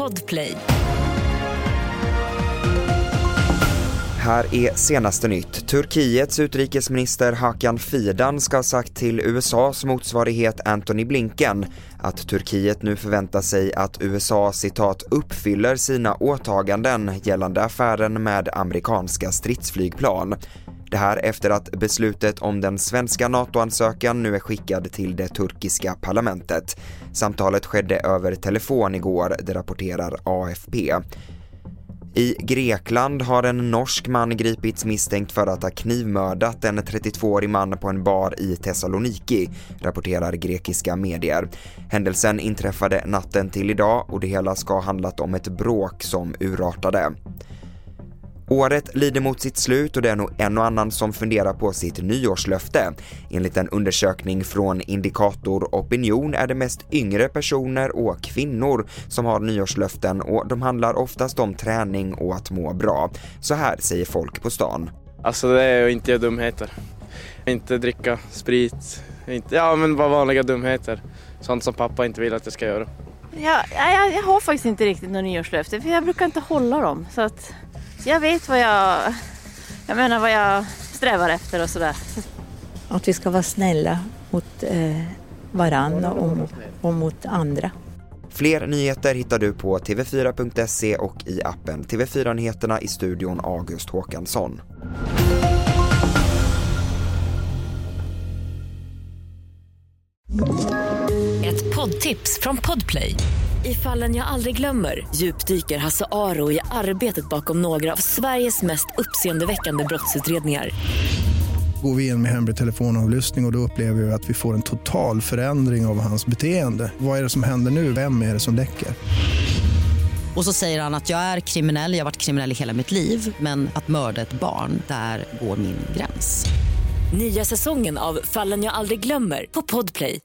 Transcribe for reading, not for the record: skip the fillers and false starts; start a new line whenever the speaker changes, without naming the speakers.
Podplay.
Här är senaste nytt. Turkiets utrikesminister Hakan Fidan ska ha sagt till USAs motsvarighet Antony Blinken att Turkiet nu förväntar sig att USA, citat, uppfyller sina åtaganden gällande affären med amerikanska stridsflygplan. Det här efter att beslutet om den svenska NATO-ansökan nu är skickad till det turkiska parlamentet. Samtalet skedde över telefon igår, det rapporterar AFP. I Grekland har en norsk man gripits misstänkt för att ha knivmördat en 32-årig man på en bar i Thessaloniki, rapporterar grekiska medier. Händelsen inträffade natten till idag och det hela ska ha handlat om ett bråk som urartade. Året lider mot sitt slut och det är nog en och annan som funderar på sitt nyårslöfte. Enligt en undersökning från Indikator Opinion är det mest yngre personer och kvinnor som har nyårslöften och de handlar oftast om träning och att må bra. Så här säger folk på stan.
Alltså det är ju inte dumheter. Inte dricka sprit, men bara vanliga dumheter. Sånt som pappa inte vill att jag ska göra.
Jag har faktiskt inte riktigt någon nyårslöfte för jag brukar inte hålla dem så att... Jag vet vad jag strävar efter och sådär.
Att vi ska vara snälla mot varandra och mot andra.
Fler nyheter hittar du på tv4.se och i appen TV4-nyheterna i studion August Håkansson.
Ett poddtips från Podplay. I Fallen jag aldrig glömmer djupdyker Hasse Aro i arbetet bakom några av Sveriges mest uppseendeväckande brottsutredningar.
Går vi in med hemlig telefonavlyssning och då upplever vi att vi får en total förändring av hans beteende. Vad är det som händer nu? Vem är det som läcker?
Och så säger han att jag är kriminell, jag har varit kriminell i hela mitt liv. Men att mörda ett barn, där går min gräns.
Nya säsongen av Fallen jag aldrig glömmer på Podplay.